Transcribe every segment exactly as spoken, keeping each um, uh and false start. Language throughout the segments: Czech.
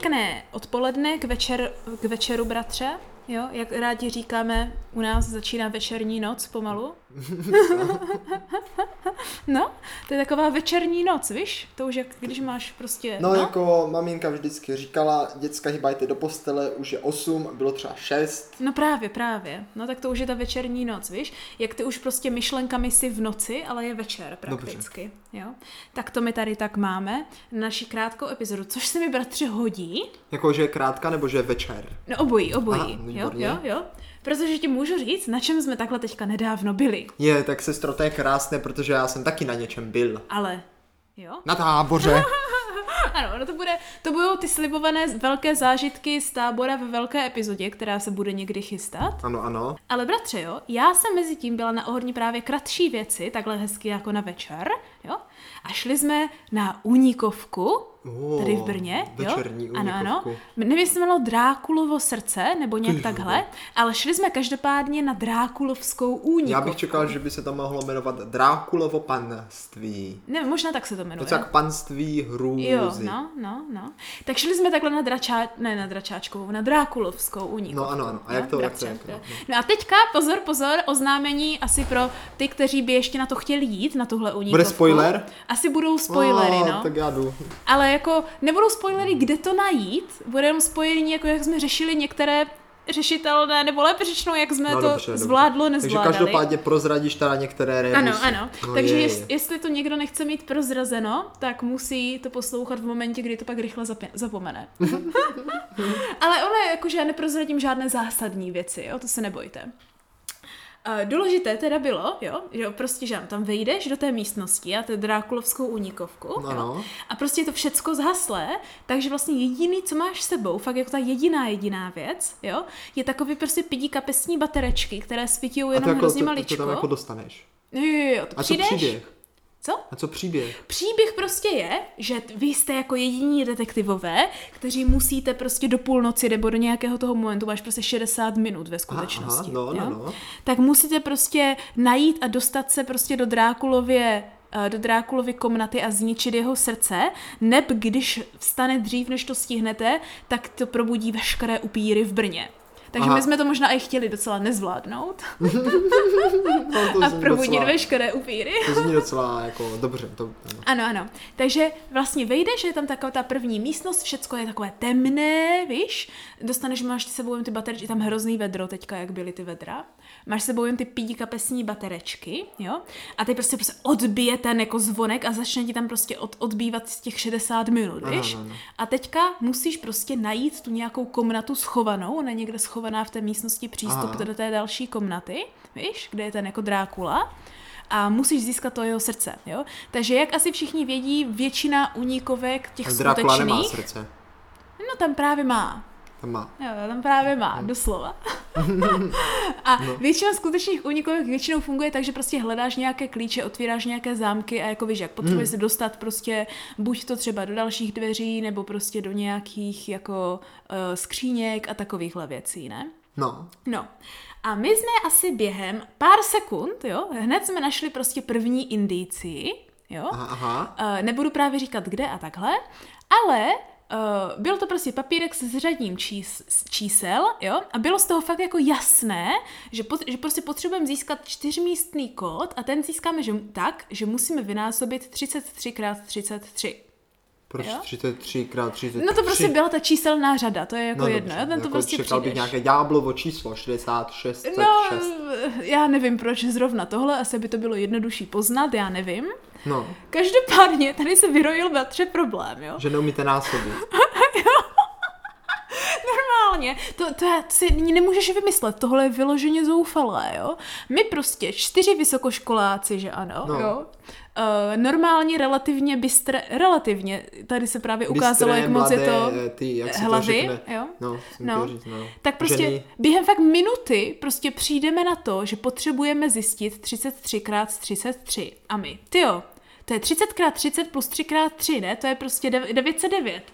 pěkné odpoledne k, večer, k večeru, bratře. Jo, jak rádi říkáme, u nás začíná večerní noc pomalu. No, to je taková večerní noc, víš? To už jak když máš prostě... No, no jako maminka vždycky říkala, děcka hýbajte do postele, už je osm, bylo třeba šest. No právě, právě. No tak to už je ta večerní noc, víš? Jak ty už prostě myšlenkami si v noci, ale je večer prakticky. Jo? Tak to my tady tak máme, naši krátkou epizodu, což se mi, bratře, hodí. Jako, že je krátka, nebo že je večer? No obojí, obojí. Aha, jo, jo, jo. Protože ti můžu říct, na čem jsme takhle teďka nedávno byli. Je, tak sestro, to je krásné, protože já jsem taky na něčem byl. Ale, jo? Na táboře. Ano, no to, bude, to budou ty slibované velké zážitky z tábora ve velké epizodě, která se bude někdy chystat. Ano, ano. Ale bratře, jo, já jsem mezi tím byla na Ohorni právě kratší věci, takhle hezky jako na večer, jo. A šli jsme na Únikovku, oh, tady v Brně, večerní jo. Únikovku. Ano, ano. Nevím, jestli se jmenovalo Drákulovo srdce, nebo nějak Ty takhle, ale šli jsme každopádně na Drákulovskou Únikovku. Já bych čekal, že by se to mohlo jmenovat Drákulovo panství. Ne, možná tak se to jmenuje. To je jak panství hrůzy. Jo, no, no, no. Tak šli jsme takhle na Dračá... ne na Dračáčkovou, na Drákulovskou Únikovku. No ano, ano. A jak to, no, jak to, jak to? No. no a teďka, pozor, pozor, oznámení asi pro ty, kteří by ještě na to chtěli jít, na tuhle Únikovku. Bude spoiler? Asi budou spoilery, oh, no. Tak já jdu. Ale jako nebudou spoilery, kde to najít, bude jenom spoilery, jako jak jsme řešili některé řešitelné, nebo lépe řečeno, jak jsme no, to dobře, zvládlo, dobře. nezvládali. Takže každopádně prozradíš teda některé rebusy. Ano, ano. No, Takže je, jest, je. jestli to někdo nechce mít prozrazeno, tak musí to poslouchat v momentě, kdy to pak rychle zapě- zapomene. Ale ono je jako, že já neprozradím žádné zásadní věci, jo, to se nebojte. Uh, důležité teda bylo, jo, že prostě, že tam vejdeš do té místnosti a to je Drákulovskou Únikovku, no, jo, no. a prostě je to všecko zhaslé, takže vlastně jediný, co máš s sebou, fakt jako ta jediná jediná věc, jo, je takový prostě pidí kapesní baterečky, které svítí jenom jako, hrozně to, maličko. A to tam jako dostaneš. Jo, jo, jo, to a co přijdeš? příběh? Co? A co příběh? Příběh prostě je, že vy jste jako jediní detektivové, kteří musíte prostě do půlnoci nebo do nějakého toho momentu, máš prostě šedesát minut ve skutečnosti. Aha, aha, no, jo? no, no. Tak musíte prostě najít a dostat se prostě do Drákulově do Drákulovy komnaty a zničit jeho srdce, neb když vstane dřív, než to stihnete, tak to probudí veškeré upíry v Brně. Takže Aha. my jsme to možná i chtěli docela nezvládnout. no, a probudit docela, veškeré upíry. To zní docela jako dobře. To, ano. ano, ano. Takže vlastně vejdeš, je tam taková ta první místnost, všecko je takové temné, víš? Dostaneš, máš s sebou jen ty baterečky, je tam hrozný vedro teďka, jak byly ty vedra. Máš s sebou jen ty pídí kapesní baterečky, jo? A ty prostě, prostě odbije ten jako zvonek a začne ti tam prostě od, odbývat z těch šedesát minut, víš? Ano, ano. A teďka musíš prostě najít tu nějakou komnatu schovanou, ona někde schovaná v té místnosti přístup Aha. do té další komnaty, víš, kde je ten jako Drákula. A musíš získat to jeho srdce, jo? Takže jak asi všichni vědí, většina únikovek těch skutečných... Drákula nemá srdce. No tam právě má. Tam má. Jo, tam právě má, no. doslova. A no. většina skutečných únikovek většinou funguje tak, že prostě hledáš nějaké klíče, otvíráš nějaké zámky a jako víš, jak potřebuješ hmm. se dostat prostě buď to třeba do dalších dveří, nebo prostě do nějakých jako uh, skříněk a takovýchhle věcí, ne? No. No. A my jsme asi během pár sekund, jo, hned jsme našli prostě první indicii, jo. Aha, aha. Uh, nebudu právě říkat kde a takhle, ale Uh, byl to prostě papírek s řadním čís, čísel, jo, a bylo z toho fakt jako jasné, že, pot, že prostě potřebujeme získat čtyřmístný kód a ten získáme že, tak, že musíme vynásobit třicet tři krát třicet tři. Proč třicet tři krát třicet tři? No to prostě byla ta číselná řada, to je jako no, jedno, dobře, jo, ten to jako prostě čekal bych nějaké ďáblovo číslo, šedesát šest set šest. No, já nevím, proč zrovna tohle, asi by to bylo jednodušší poznat, já nevím. No. Každopádně tady se vyrojil bratře problém, jo. Že neumíte násobit. Normálně, to, to, je, to si nemůžeš vymyslet, tohle je vyloženě zoufalé, jo. My prostě čtyři vysokoškoláci, že ano, no. jo. Uh, normálně relativně bystré, relativně, tady se právě ukázalo, bystré, jak moc mladé, je to ty, jak hlavy, to jo. No, no. Říct, no. Tak prostě Ženy. Během fakt minuty prostě přijdeme na to, že potřebujeme zjistit třicet tři krát třicet tři. A my, tyjo, to je třicet krát třicet plus tři krát tři, ne? To je prostě devět set devět.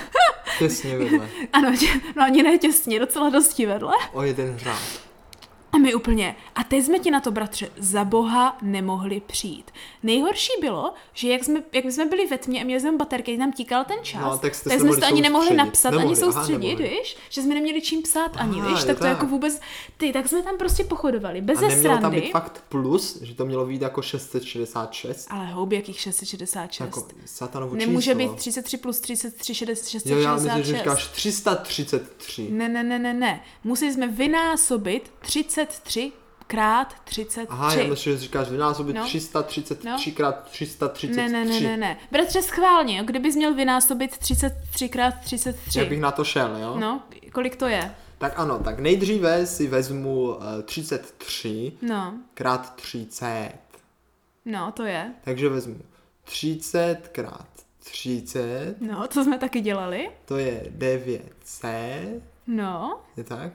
Těsně vedle. Ano, no ani ne těsně, docela dosti vedle. O jeden řád. A my úplně, a teď jsme ti na to, bratře, za boha nemohli přijít. Nejhorší bylo, že jak jsme, jak jsme byli ve tmě a měli jsme baterky, nám tíkal ten čas, no, tak, tak jsme to ani nemohli napsat, nemohli, ani soustředit, aha, víš? Že jsme neměli čím psát ani, aha, víš? Tak to tak. jako vůbec, ty, tak jsme tam prostě pochodovali, bez srandy. A nemělo tam být fakt plus, že to mělo být jako šest set šedesát šest? Ale houby, jakých šest set šedesát šest? Jako satanovo Nemůže číslo. být třicet tři plus třicet tři, šest set šedesát šest. Jo, já myslím, že říkáš tři sta třicet tři. Ne, ne, ne, ne, ne. Museli jsme vynásobit třicet tři krát třicet tři. Aha, já myslím, že říkáš vynásobit no. tři sta třicet tři no. krát tři sta třicet tři. Ne, ne, ne, ne, ne. Bratře, schválně, jo? Kdybys měl vynásobit třicet tři krát třicet tři. Já bych na to šel, jo? No, kolik to je? Tak ano, tak nejdříve si vezmu uh, třicet tři no. krát třicet. No, to je. Takže vezmu třicet krát třicet. No, to jsme taky dělali. To je devět set. No. Je tak?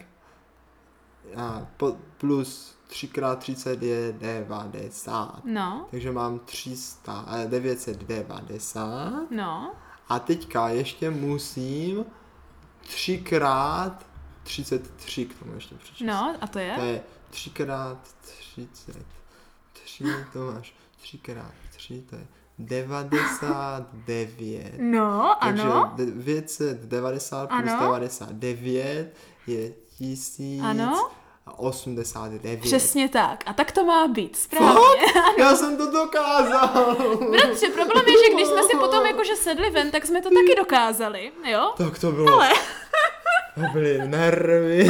A po, plus tři krát třicet je devadesát. No. Takže mám tři sta, devět set devadesát. No. A teďka ještě musím tři krát třicet tři k tomu ještě přičíst. No, a to je? To je tři krát třicet tři, to máš tři krát tři, to je devadesát devět. No, takže ano. Takže devět set devadesát plus ano. devadesát devět je tisíc osmdesát devět. Přesně tak. A tak to má být. Správně. Já jsem to dokázal. Bratře, problém je, že když jsme si potom jakože sedli ven, tak jsme to taky dokázali, jo? Tak to bylo. Ale... To byly nervy.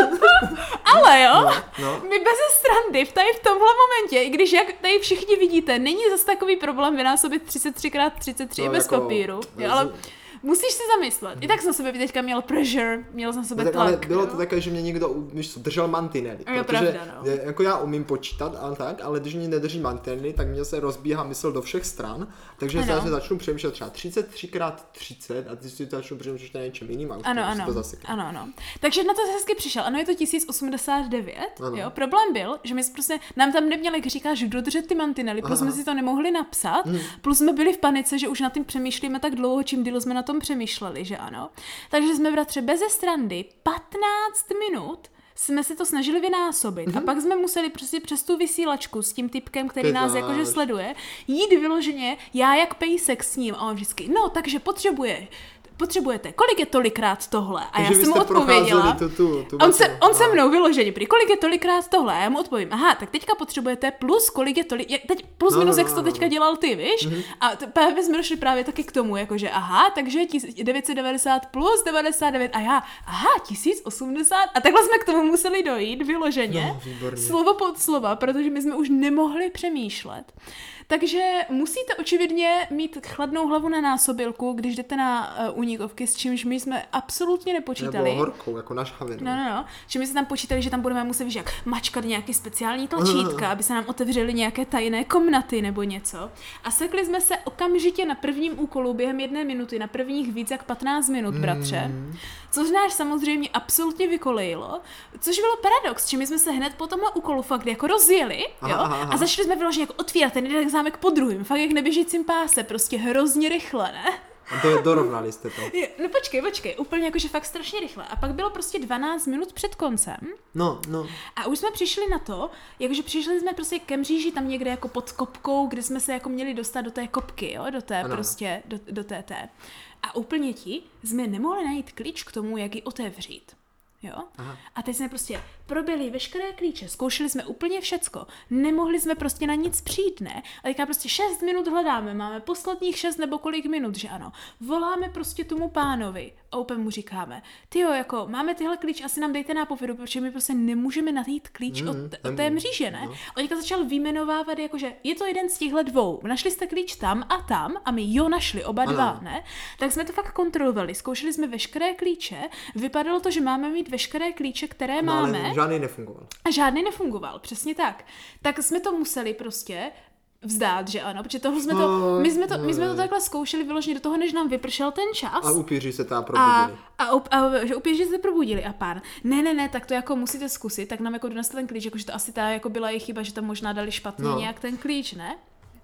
Ale jo, no, no. my bez strandy v tady v tomhle momentě, i když jak tady všichni vidíte, není zase takový problém vynásobit třicet tři krát třicet tři no, bez jako, papíru, jo, ale musíš si zamyslet. I tak jsem sebe teďka měl pressure, měl jsem sebe no, tlak. Ale bylo jo? to také, že mě někdo víš, držel mantinely, je protože pravda, no. jako já umím počítat a tak, ale když mě nedrží mantinely, tak mě se rozbíhá mysl do všech stran, takže ano. se začnu přemýšlet třeba třicet tři krát třicet a ty si začnu přemýšlet na něčem jiným a už ano, to, ano, to zase. ano, ano. Takže na to hezky přišel. Ano, je to tisíc osmdesát devět, ano. Jo. Problém byl, že my prostě, nám tam neměli, jak říkáš, dodržet ty mantinely, plus jsme si to nemohli napsat, hmm. plus jsme byli v panice, že už nad tím přemýšlíme tak dlouho, čím díl jsme na tom přemýšleli, že ano. Takže jsme, bratře, beze strandy patnáct minut jsme se to snažili vynásobit mm-hmm. a pak jsme museli prostě přes tu vysílačku s tím typkem, který Pezáš. nás jakože sleduje, jít vyloženě, já jak pejsek s ním a on vždycky, no takže potřebuje potřebujete, kolik je tolikrát tohle? A takže já jsem mu odpověděla. Tu, tu, tu on se, on se mnou vyloženě, prý, kolik je tolikrát tohle? A já mu odpovím, aha, tak teďka potřebujete plus, kolik je tolik, jak, teď plus no, minus, no, jak jsi to teďka dělal ty, víš? Mm-hmm. A t- právě jsme došli právě taky k tomu, jakože aha, takže devět set devadesát plus devadesát devět a já, aha, tisíc osmdesát a takhle jsme k tomu museli dojít vyloženě, no, slovo pod slova, protože my jsme už nemohli přemýšlet. Takže musíte očividně mít chladnou hlavu na násobilku, když jdete na uh, uníkovky, s čímž my jsme absolutně nepočítali. Nebo horkou, jako náš havin. No, no, no. Že my jsme tam počítali, že tam budeme muset víš, jak mačkat nějaký speciální tlačítka, aby se nám otevřely nějaké tajné komnaty nebo něco. A sekli jsme se okamžitě na prvním úkolu během jedné minuty, na prvních víc jak patnáct minut, bratře. Mm. Což nás samozřejmě absolutně vykolejilo, což bylo paradox, že my jsme se hned po tomhle úkolu fakt jako rozjeli, jo? Aha, aha. A začali jsme vyloženě jako otvírat ten jeden zámek po druhým, fakt jak neběžícím páse, prostě hrozně rychle, ne? A to je, dorovnali jste to. No počkej, počkej, úplně jakože fakt strašně rychle. A pak bylo prostě dvanáct minut před koncem. No, no. A už jsme přišli na to, jakože přišli jsme prostě ke mříži tam někde jako pod kopkou, kde jsme se jako měli dostat do té kopky, jo, do té ano. prostě, do, do té té. A úplně ti jsme nemohli najít klíč k tomu, jak ji otevřít. Jo? Aha. A teď jsme prostě proběhli veškeré klíče, zkoušeli jsme úplně všecko, nemohli jsme prostě na nic přijít, ne? A teďka prostě šest minut hledáme, máme posledních šest nebo kolik minut, že ano. Voláme prostě tomu pánovi a úplně mu říkáme, tyjo, jako máme tyhle klíč, asi nám dejte nápovědu, protože my prostě nemůžeme najít klíč mm, od, od té mříže, ne? No. A teďka začal vyjmenovávat, jakože je to jeden z těchto dvou, našli jste klíč tam a tam a my jo našli oba dva, ano. ne? Tak jsme to fakt kontrolovali, zkoušeli jsme veškeré klíče, vypadalo to, že máme mít veškeré klíče, které no, máme. Ale žádný nefungoval. A žádný nefungoval, přesně tak. Tak jsme to museli prostě vzdát, že ano, protože tohle jsme to, my jsme to, my jsme to takhle zkoušeli vyloženě do toho, než nám vypršel ten čas. A upíři se tam probudili. A, a, a že upíři se probudili a pán, ne, ne, ne, tak to jako musíte zkusit, tak nám jako donesl ten klíč, jakože to asi ta jako byla jejich chyba, že tam možná dali špatně no. nějak ten klíč, ne?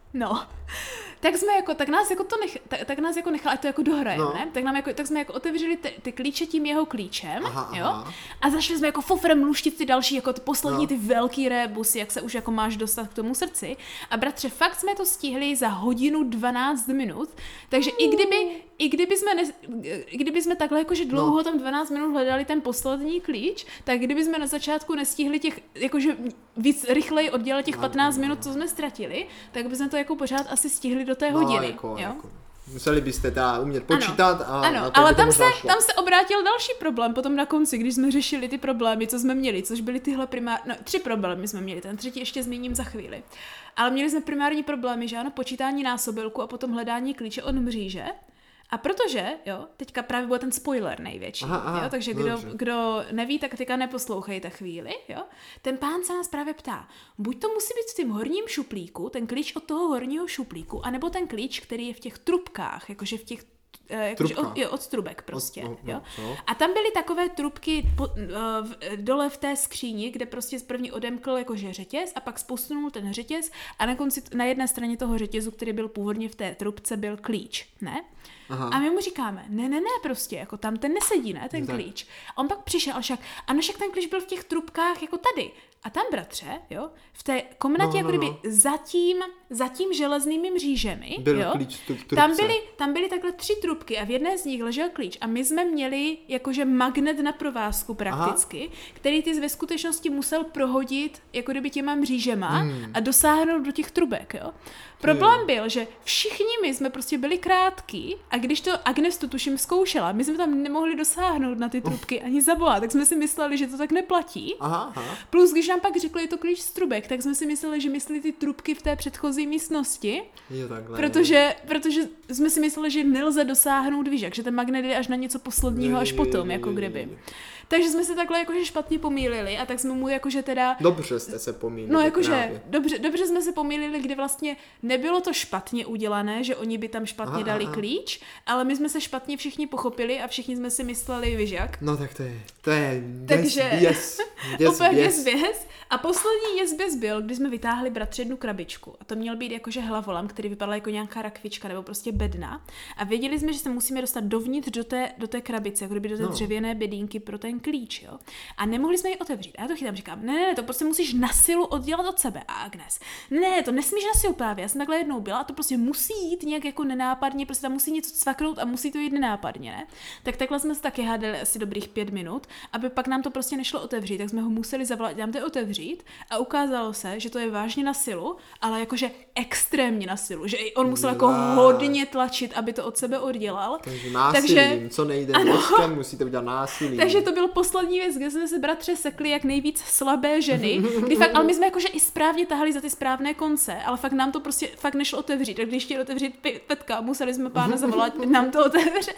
No, tak jsme jako, tak nás jako to nech, tak, tak nás jako nechali, ať to jako dohrajeme, no. ne? Tak, nám jako, tak jsme jako otevřeli ty, ty klíče tím jeho klíčem, aha, jo? aha. A zašli jsme jako fofrem luštit ty další, jako ty poslední, no. ty velký rébusy, jak se už jako máš dostat k tomu srdci. A bratře, fakt jsme to stihli za hodinu dvanáct minut, takže i kdyby, i kdyby jsme, ne, i kdyby jsme takhle jakože dlouho no. tam dvanáct minut hledali ten poslední klíč, tak kdyby jsme na začátku nestihli těch, jakože víc rychleji oddělat těch patnáct no, no, no. minut, co jsme ztratili, tak bychom to jako pořád asi stihli do té hodiny. No, jako, jo? jako. Museli byste teda umět počítat ano, a ano, na to ale by to tam se, šlo. tam se obrátil další problém potom na konci, když jsme řešili ty problémy, co jsme měli, což byly tyhle primární, no tři problémy jsme měli, ten třetí ještě zmíním za chvíli. Ale měli jsme primární problémy, že ano, počítání násobilku a potom hledání klíče od mříže. A protože, jo, teďka právě bude ten spoiler největší, aha, aha, jo, takže kdo, kdo neví, tak teďka neposlouchejte chvíli, jo. Ten pán se nás právě ptá, buď to musí být v tom horním šuplíku, ten klíč od toho horního šuplíku, anebo ten klíč, který je v těch trubkách, jakože v těch Jakože od, jo, od trubek prostě, od, no, jo. No. A tam byly takové trubky po, uh, v, dole v té skříni, kde prostě první odemkl jakože řetěz a pak spustunul ten řetěz a na konci, na jedné straně toho řetězu, který byl původně v té trubce, byl klíč, ne? Aha. A my mu říkáme, ne, ne, ne, prostě, jako tam ten nesedí, ne, ten tak. klíč. A on pak přišel a však, a no však ten klíč byl v těch trubkách jako tady. A tam, bratře, jo, v té komnatě, no, no, jako kdyby no. za tím, za tím železnými mřížemi, byl jo, klíč v tam byly, tam byly takhle tři trubky a v jedné z nich ležel klíč a my jsme měli jakože magnet na provázku prakticky, aha. který ty ve skutečnosti musel prohodit jako kdyby těma mřížema hmm. a dosáhnout do těch trubek, jo. Problém byl, že všichni my jsme prostě byli krátký a když to Agnes to tuším zkoušela, my jsme tam nemohli dosáhnout na ty trubky ani zabolat, tak jsme si mysleli, že to tak neplatí. Aha, aha. Plus, když nám pak řekli, je to klíč z trubek, tak jsme si mysleli, že myslí ty trubky v té předchozí místnosti, jo, takhle, protože, protože jsme si mysleli, že nelze dosáhnout výžak, že ten magnet je až na něco posledního, až potom, jako kdyby. Takže jsme se takhle jakože špatně pomýlili a tak jsme mu jakože teda... Dobře jste se pomýlili. No jakože, dobře, dobře jsme se pomýlili, kdy vlastně nebylo to špatně udělané, že oni by tam špatně aha, dali aha. klíč, ale my jsme se špatně všichni pochopili a všichni jsme si mysleli, víš jak. No tak to je, to je Takže, yes, yes, úplně yes. yes, yes. A poslední yes, yes byl, když jsme vytáhli bratře jednu krabičku a to měl být jakože hlavolam, který vypadal jako nějaká rakvička nebo prostě bedna a věděli jsme, že se musíme dostat dovnitř do té, do té krabice, jako kdyby do té no. dřevěné bedínky pro ten klíč, jo. A nemohli jsme ji otevřít. A já to chytám, říkám, ne, ne, to prostě musíš na silu oddělat od sebe. A Agnes, ne, to nesmíš na silu právě. Já jsem takhle jednou byla a to prostě musí jít nějak jako nenápadně, prostě tam musí něco cvaknout a musí to jít nenápadně, ne? Tak takhle jsme se taky hádali asi dobrých pět minut, aby pak nám to prostě nešlo otevřít, tak jsme ho museli zavolat, nám to otevřít a ukázalo se, že to je vážně na silu, ale jakože extrémně na silu, že on musel jako hodně tlačit, aby to od sebe oddělal. Takže násilím, takže, co nejde mozkem, musíte udělat násilím. Takže to byl poslední věc, kde jsme se bratře sekli jak nejvíc slabé ženy, kdy fakt, ale my jsme jakože i správně tahali za ty správné konce, ale fakt nám to prostě fakt nešlo otevřít. Tak když chtěli otevřít Petka, museli jsme pána zavolat, nám to otevře.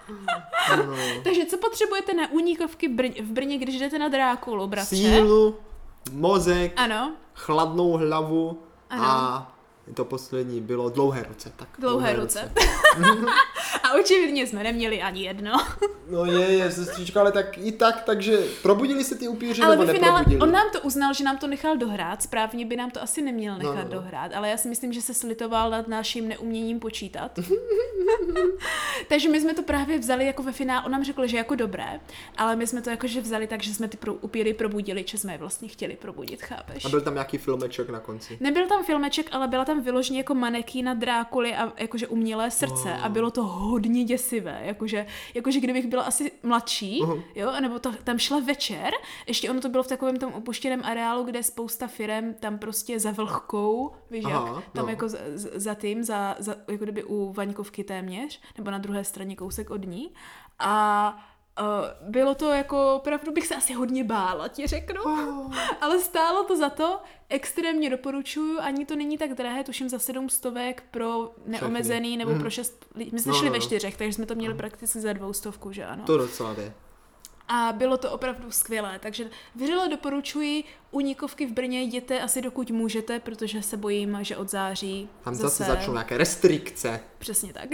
No. Takže co potřebujete na únikovky Brně, v Brně, když jdete na Drákulu, bratře? Sílu, mozek, ano. chladnou hlavu ano. a to poslední bylo dlouhé ruce. Tak, dlouhé, dlouhé ruce. ruce. A očividně jsme neměli ani jedno. No je, je, sestřička, ale tak i tak, takže probudili se ty upíři ale nebo ve finále neprobudili? On nám to uznal, že nám to nechal dohrát, správně by nám to asi neměl nechat no, no. dohrát, ale já si myslím, že se slitoval nad naším neuměním počítat. Takže my jsme to právě vzali jako ve finále, on nám řekl, že jako dobré, ale my jsme to jakože vzali tak, že jsme ty pro, upíry probudili, že jsme je vlastně chtěli probudit, chápeš? A byl tam nějaký filmeček na konci? Nebyl tam filmeček, ale byla tam vyloženě jako manekýna Drákuly a jakože umělé srdce oh. a bylo to hodně děsivé, jakože, jakože kdybych byla asi mladší, uh-huh. jo, nebo to, tam šla večer, ještě ono to bylo v takovém tom opuštěném areálu, kde spousta firem tam prostě za vlhkou, víš aha, jak, tam no. jako za, za tím, za, za, jako kdyby u Vaňkovky téměř, nebo na druhé straně kousek od ní a Uh, bylo to jako, opravdu bych se asi hodně bála, ti řeknu, oh. ale stálo to za to, extrémně doporučuju, ani to není tak drahé, tuším za sedm stovek pro neomezený, Všechny. nebo mm. pro šest, my jsme no, šli no, ve čtyřech, takže jsme to měli no. prakticky za dvou stovku, že ano. To docela jde. A bylo to opravdu skvělé, takže vřele doporučuji únikovky v Brně, jděte asi dokud můžete, protože se bojím, že od září tam zase... zase začnou nějaké restrikce. Přesně tak.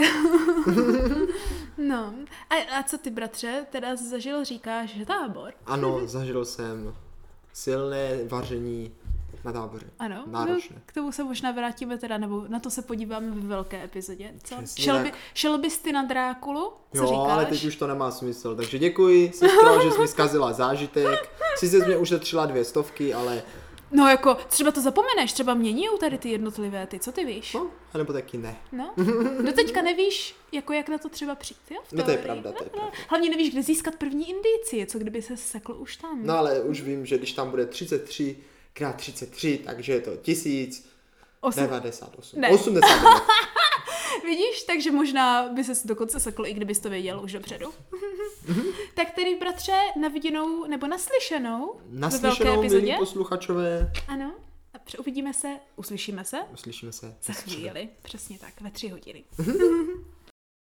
No, a, a co ty, bratře, teda zažil, říkáš, že Tábor? Ano, zažil jsem silné vaření Na táboře. Ano, náročné. No, k tomu se možná vrátíme teda, nebo na to se podíváme ve velké epizodě. Co? Přesně Šel, tak. by, šel bys ty na Drákulu? Co jo, říkáš? ale teď už to nemá smysl, takže děkuji, sestro, že jsi mi zkazila zážitek. Sice jsi mě ušetřila dvě stovky, ale... No jako, třeba to zapomeneš, třeba měnijou tady ty jednotlivé ty, co ty víš? No, nebo taky ne. No, doteďka nevíš, jako jak na to třeba přijít, jo? No to je pravda, to je pravda. Hlavně nevíš, kde získat první indicie, co kdyby se sekl už tam. No ale už vím, že když tam bude třicet tři krát třicet tři, takže je to tisíc devadesát osm. Ne. osmdesát devět. Vidíš, takže možná by ses dokonce sekl, i kdybys to věděl už dopředu. Tak tedy, bratře, na viděnou nebo naslyšenou Naslyšenou, milí posluchačové. Ano, a uvidíme se, uslyšíme se. Uslyšíme se. Za chvíli, přesně tak, ve tři hodiny.